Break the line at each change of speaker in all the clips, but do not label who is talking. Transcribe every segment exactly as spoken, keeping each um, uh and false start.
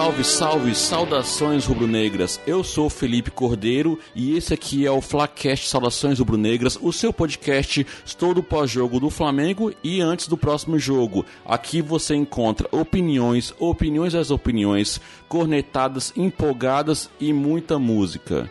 Salve, salve, saudações rubro-negras. Eu sou o Felipe Cordeiro e esse aqui é o Flacast Saudações Rubro-Negras, o seu podcast todo pós-jogo do Flamengo e antes do próximo jogo. Aqui você encontra opiniões, opiniões das opiniões, cornetadas, empolgadas e muita música.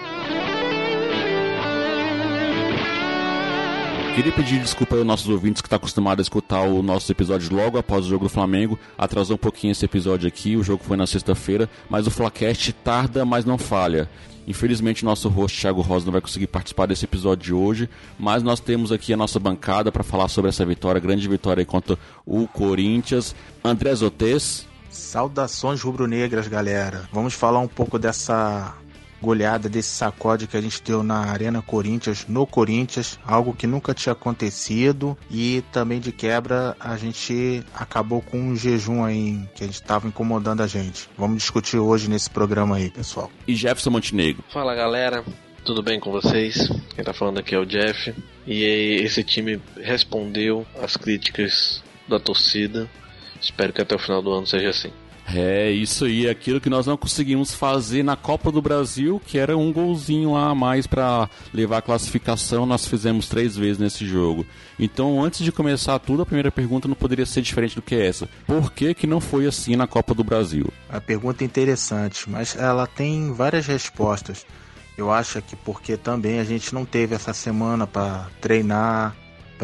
Queria pedir desculpa aos nossos ouvintes que estão acostumados a escutar o nosso episódio logo após o jogo do Flamengo. Atrasou um pouquinho esse episódio aqui, o jogo foi na sexta-feira, mas o Flacast tarda, mas não falha. Infelizmente, nosso host, Thiago Rosa, não vai conseguir participar desse episódio de hoje, mas nós temos aqui a nossa bancada para falar sobre essa vitória, grande vitória aí contra o Corinthians. André Zotes.
Saudações rubro-negras, galera. Vamos falar um pouco dessa goleada, desse sacode que a gente deu na Arena Corinthians, no Corinthians, algo que nunca tinha acontecido, e também de quebra a gente acabou com um jejum aí que a gente estava incomodando a gente. Vamos discutir hoje nesse programa aí, pessoal.
E Jefferson Montenegro.
Fala, galera, tudo bem com vocês? Quem tá falando aqui é o Jeff, e esse time respondeu às críticas da torcida. Espero que até o final do ano seja assim.
É, isso aí, aquilo que nós não conseguimos fazer na Copa do Brasil, que era um golzinho lá a mais para levar a classificação, nós fizemos três vezes nesse jogo. Então, antes de começar tudo, a primeira pergunta não poderia ser diferente do que essa. Por que que não foi assim na Copa do Brasil?
A pergunta é interessante, mas ela tem várias respostas. Eu acho que porque também a gente não teve essa semana para treinar,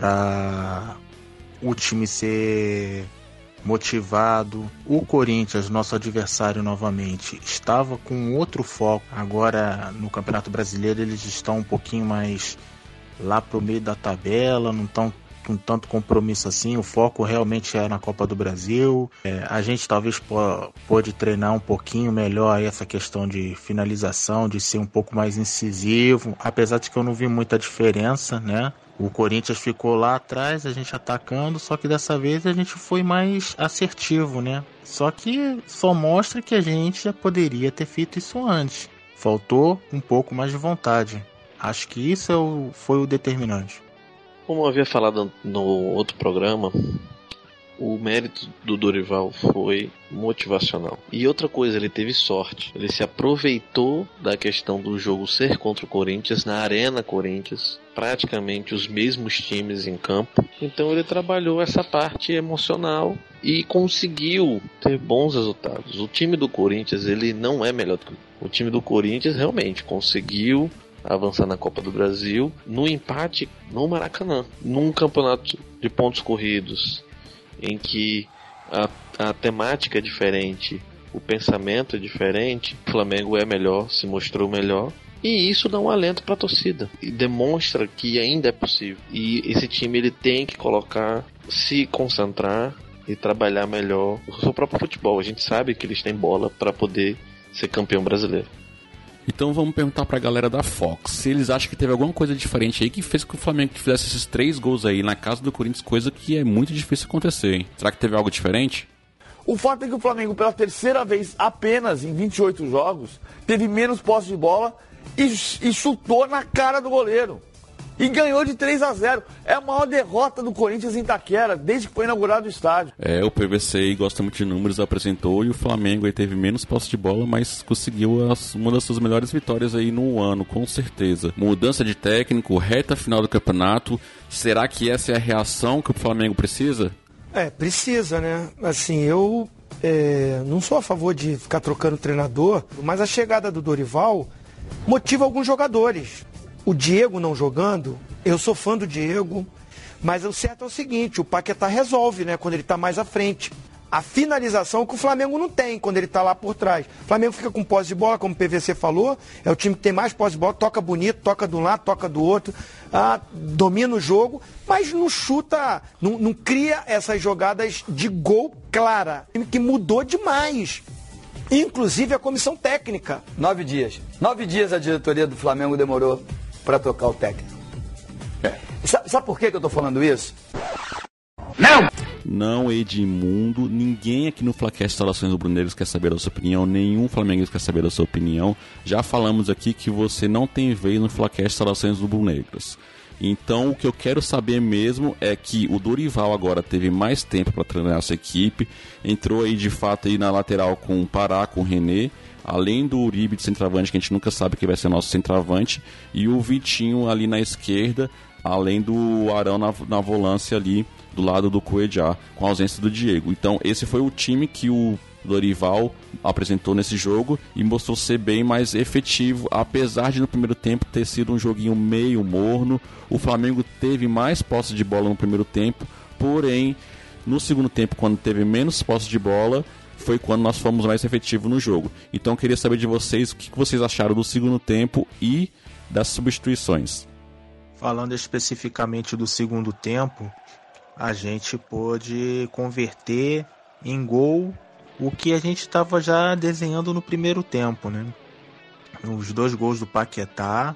para o time ser motivado. O Corinthians, nosso adversário novamente, estava com outro foco. Agora no Campeonato Brasileiro eles estão um pouquinho mais lá pro meio da tabela, não estão com tanto compromisso assim. O foco realmente é na Copa do Brasil. É, a gente talvez pô, pôde treinar um pouquinho melhor essa questão de finalização, de ser um pouco mais incisivo, apesar de que eu não vi muita diferença, né? O Corinthians ficou lá atrás, a gente atacando, só que dessa vez a gente foi mais assertivo, né? Só que só mostra que a gente já poderia ter feito isso antes. Faltou um pouco mais de vontade. Acho que isso é o, foi o determinante.
Como eu havia falado no outro programa, o mérito do Dorival foi motivacional. E outra coisa, ele teve sorte. Ele se aproveitou da questão do jogo ser contra o Corinthians, na Arena Corinthians, praticamente os mesmos times em campo. Então ele trabalhou essa parte emocional e conseguiu ter bons resultados. O time do Corinthians, ele não é melhor do que o time do Corinthians, realmente conseguiu avançar na Copa do Brasil no empate no Maracanã, num campeonato de pontos corridos, em que a, a temática é diferente, o pensamento é diferente. O Flamengo é melhor, se mostrou melhor, e isso dá um alento para a torcida e demonstra que ainda é possível. E esse time ele tem que colocar, se concentrar e trabalhar melhor o seu próprio futebol. A gente sabe que eles têm bola para poder ser campeão brasileiro.
Então vamos perguntar pra galera da Fox se eles acham que teve alguma coisa diferente aí que fez com que o Flamengo fizesse esses três gols aí na casa do Corinthians, coisa que é muito difícil acontecer, hein? Será que teve algo diferente?
O fato é que o Flamengo, pela terceira vez apenas em vinte e oito jogos, teve menos posse de bola e, e chutou na cara do goleiro. E ganhou de três a zero. É a maior derrota do Corinthians em Itaquera, desde que foi inaugurado o estádio.
É, o P V C aí gosta muito de números, apresentou, e o Flamengo aí teve menos posse de bola, mas conseguiu as, uma das suas melhores vitórias aí no ano, com certeza. Mudança de técnico, reta final do campeonato. Será que essa é a reação que o Flamengo precisa?
É, precisa, né? Assim, eu é, não sou a favor de ficar trocando treinador, mas a chegada do Dorival motiva alguns jogadores. O Diego não jogando, eu sou fã do Diego, mas o certo é o seguinte, o Paquetá resolve, né, quando ele está mais à frente. A finalização que o Flamengo não tem quando ele está lá por trás. O Flamengo fica com posse de bola, como o P V C falou, é o time que tem mais posse de bola, toca bonito, toca de um lado, toca do outro, ah, domina o jogo, mas não chuta, não, não cria essas jogadas de gol clara, que mudou demais. Inclusive a comissão técnica.
Nove dias. Nove dias a diretoria do Flamengo demorou para trocar o técnico. É. Sabe, sabe por que, que eu tô falando isso?
Não! Não, Edmundo, ninguém aqui no Flacast Saudações Rubro-Negras quer saber da sua opinião, nenhum flamenguista quer saber da sua opinião. Já falamos aqui que você não tem vez no Flacast Saudações Rubro-Negras. Então o que eu quero saber mesmo é que o Dorival agora teve mais tempo para treinar essa equipe, entrou aí de fato aí na lateral com o Pará, com o René, além do Uribe de centroavante, que a gente nunca sabe quem vai ser nosso centroavante, e o Vitinho ali na esquerda, além do Arão na, na volância ali do lado do Cuejá, com a ausência do Diego. Então esse foi o time que o Dorival apresentou nesse jogo e mostrou ser bem mais efetivo, apesar de no primeiro tempo ter sido um joguinho meio morno. O Flamengo teve mais posse de bola no primeiro tempo, porém no segundo tempo, quando teve menos posse de bola, foi quando nós fomos mais efetivos no jogo. Então eu queria saber de vocês o que vocês acharam do segundo tempo e das substituições.
Falando especificamente do segundo tempo, a gente pôde converter em gol o que a gente estava já desenhando no primeiro tempo, né? Os dois gols do Paquetá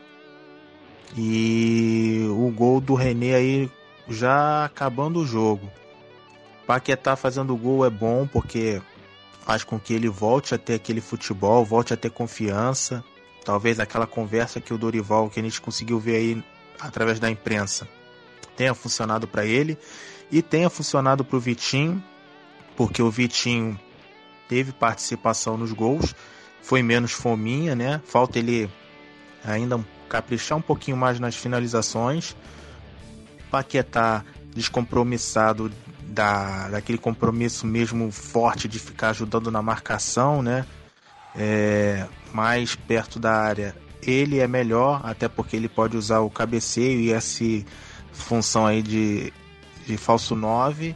e o gol do René aí já acabando o jogo. Paquetá fazendo gol é bom porque faz com que ele volte a ter aquele futebol, volte a ter confiança. Talvez aquela conversa que o Dorival, que a gente conseguiu ver aí através da imprensa, tenha funcionado para ele e tenha funcionado para o Vitinho, porque o Vitinho teve participação nos gols, foi menos fominha, né? Falta ele ainda caprichar um pouquinho mais nas finalizações. Paquetá descompromissado da, daquele compromisso mesmo forte de ficar ajudando na marcação, né? É, mais perto da área ele é melhor, até porque ele pode usar o cabeceio e essa função aí de, de falso nove.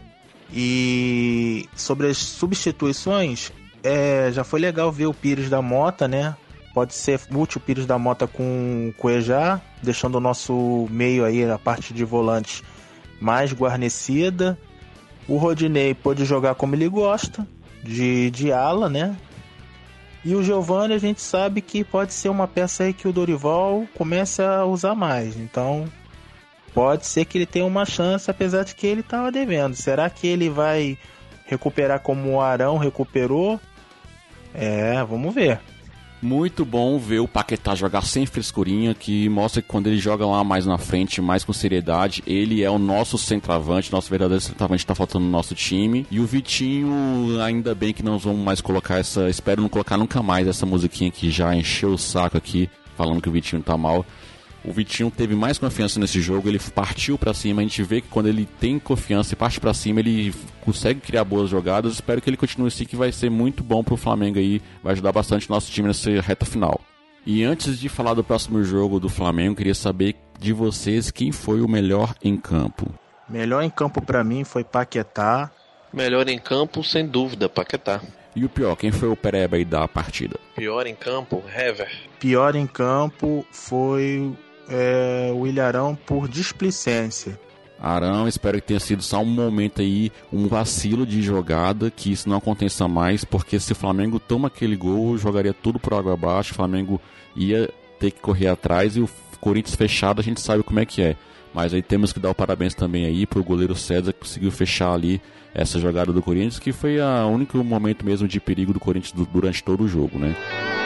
E sobre as substituições, é, já foi legal ver o Pires da Mota, né? Pode ser útil o Pires da Mota com o Cuejá, deixando o nosso meio aí, a parte de volante, mais guarnecida. O Rodinei pode jogar como ele gosta, de, de ala, né? E o Giovani a gente sabe que pode ser uma peça aí que o Dorival comece a usar mais. Então pode ser que ele tenha uma chance, apesar de que ele estava devendo. Será que ele vai recuperar como o Arão recuperou? É, vamos ver.
Muito bom ver o Paquetá jogar sem frescurinha, que mostra que quando ele joga lá mais na frente, mais com seriedade, ele é o nosso centroavante, nosso verdadeiro centroavante está faltando no nosso time. E o Vitinho, ainda bem que não vamos mais colocar essa, espero não colocar nunca mais essa musiquinha que já encheu o saco aqui, falando que o Vitinho tá mal. O Vitinho teve mais confiança nesse jogo, ele partiu pra cima, a gente vê que quando ele tem confiança e parte pra cima, ele consegue criar boas jogadas. Espero que ele continue assim, que vai ser muito bom pro Flamengo aí, vai ajudar bastante o nosso time nessa reta final. E antes de falar do próximo jogo do Flamengo, queria saber de vocês quem foi o melhor em campo.
Melhor em campo pra mim foi Paquetá.
Melhor em campo, sem dúvida, Paquetá.
E o pior, quem foi o pereba aí da partida?
Pior em campo, Hever.
Pior em campo foi é, o Ilharão por displicência.
Arão, espero que tenha sido só um momento aí, um vacilo de jogada, que isso não aconteça mais, porque se o Flamengo toma aquele gol, jogaria tudo por água abaixo, o Flamengo ia ter que correr atrás e o Corinthians fechado a gente sabe como é que é. Mas aí temos que dar o parabéns também aí pro goleiro César, que conseguiu fechar ali essa jogada do Corinthians, que foi o único momento mesmo de perigo do Corinthians durante todo o jogo, né?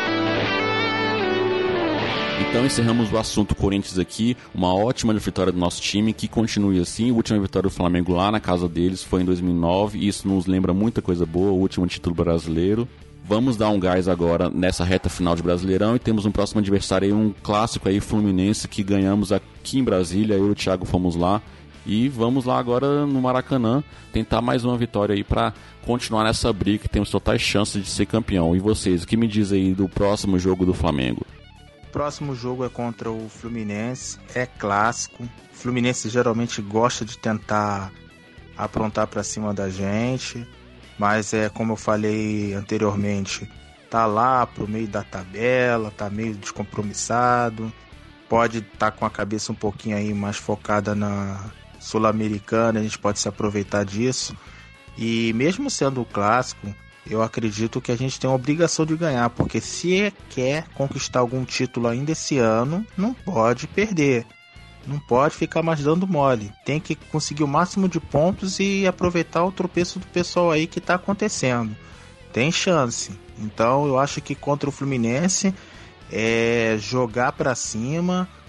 Então encerramos o assunto Corinthians aqui, uma ótima vitória do nosso time, que continue assim. A última vitória do Flamengo lá na casa deles foi em dois mil e nove, e isso nos lembra muita coisa boa, o último título brasileiro. Vamos dar um gás agora nessa reta final de Brasileirão e temos um próximo adversário aí, um clássico aí, Fluminense, que ganhamos aqui em Brasília, eu e o Thiago fomos lá. E vamos lá agora no Maracanã tentar mais uma vitória aí para continuar nessa briga, que temos totais chances de ser campeão. E vocês, o que me diz aí do próximo jogo do Flamengo?
O próximo jogo é contra o Fluminense, é clássico. O Fluminense geralmente gosta de tentar aprontar para cima da gente, mas é como eu falei anteriormente, tá lá pro meio da tabela, tá meio descompromissado, pode estar tá com a cabeça um pouquinho aí mais focada na Sul-Americana, a gente pode se aproveitar disso. E mesmo sendo o clássico, eu acredito que a gente tem a obrigação de ganhar, porque se quer conquistar algum título ainda esse ano, não pode perder, não pode ficar mais dando mole, tem que conseguir o máximo de pontos e aproveitar o tropeço do pessoal aí que está acontecendo, tem chance. Então eu acho que contra o Fluminense é jogar para cima,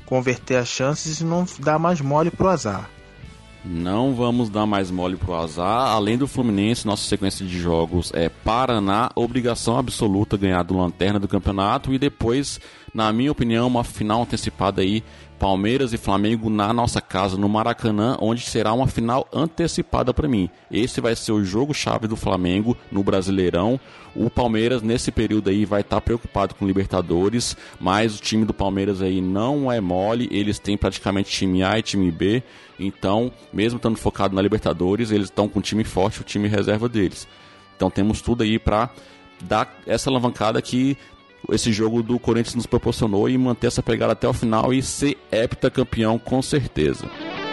converter as chances e não dar mais mole pro azar.
Não vamos dar mais mole pro azar. Além do Fluminense, nossa sequência de jogos é Paraná, obrigação absoluta ganhar do Lanterna do campeonato, e depois, na minha opinião, uma final antecipada aí, Palmeiras e Flamengo na nossa casa, no Maracanã, onde será uma final antecipada para mim. Esse vai ser o jogo-chave do Flamengo no Brasileirão. O Palmeiras, nesse período aí, vai estar preocupado com Libertadores, mas o time do Palmeiras aí não é mole, eles têm praticamente time A e time B, então, mesmo estando focado na Libertadores, eles estão com um time forte, o time reserva deles. Então temos tudo aí para dar essa alavancada que esse jogo do Corinthians nos proporcionou e manter essa pegada até o final e ser heptacampeão com certeza.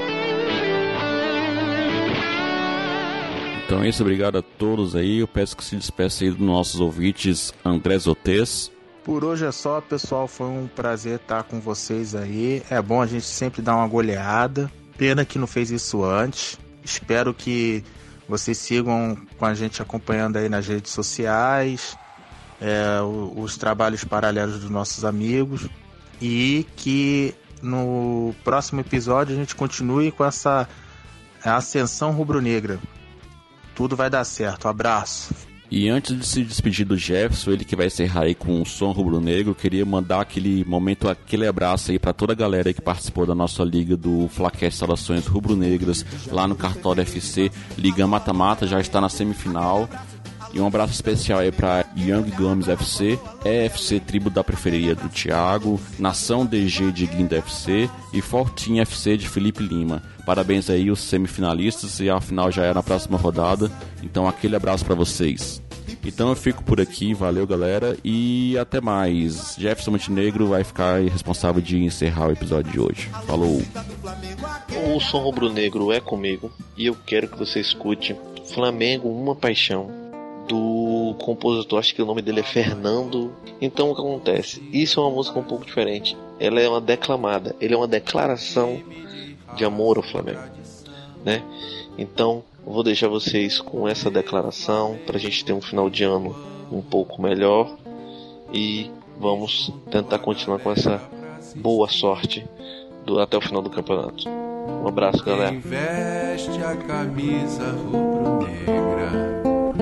Então é isso, obrigado a todos aí. Eu peço que se despeça aí dos nossos ouvintes, André Zotez.
Por hoje é só, pessoal, foi um prazer estar com vocês aí. É bom a gente sempre dar uma goleada. Pena que não fez isso antes. Espero que vocês sigam com a gente acompanhando aí nas redes sociais. É, os trabalhos paralelos dos nossos amigos, e que no próximo episódio a gente continue com essa ascensão rubro-negra. Tudo vai dar certo. Abraço.
E antes de se despedir do Jefferson, ele que vai encerrar aí com o som rubro-negro, eu queria mandar aquele momento, aquele abraço aí para toda a galera aí que participou da nossa liga do Flacast Saudações Rubro-Negras lá no Cartório F C. Liga Mata-Mata já está na semifinal. E um abraço especial aí para Young Gomes F C, E F C Tribo da Periferia do Thiago, Nação D G de Guinda F C e Fortinha F C de Felipe Lima. Parabéns aí os semifinalistas, e a final já é na próxima rodada. Então aquele abraço para vocês. Então eu fico por aqui, valeu galera, e até mais. Jefferson Montenegro vai ficar responsável de encerrar o episódio de hoje. Falou!
O som rubro-negro é comigo, e eu quero que você escute Flamengo Uma Paixão, do compositor, acho que o nome dele é Fernando. Então o que acontece? Isso é uma música um pouco diferente. Ela é uma declamada, ele é uma declaração de amor ao Flamengo, né? Então eu vou deixar vocês com essa declaração pra gente ter um final de ano um pouco melhor, e vamos tentar continuar com essa boa sorte do, até o final do campeonato. Um abraço, galera.
Quem veste a camisa rubro-negra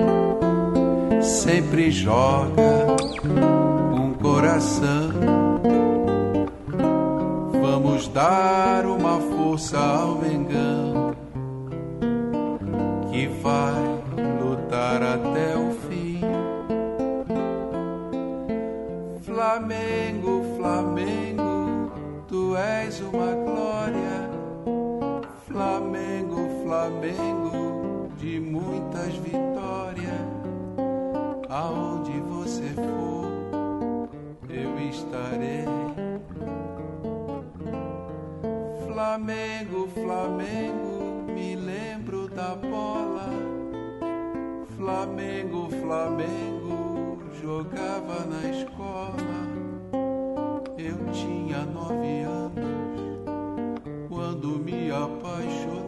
sempre joga um coração. Vamos dar uma força ao Mengão, que vai lutar até o fim. Flamengo, Flamengo, tu és uma glória. Flamengo, Flamengo, de muitas vitórias. Aonde você for, eu estarei. Flamengo, Flamengo, me lembro da bola. Flamengo, Flamengo, jogava na escola. Eu tinha nove anos quando me apaixonei.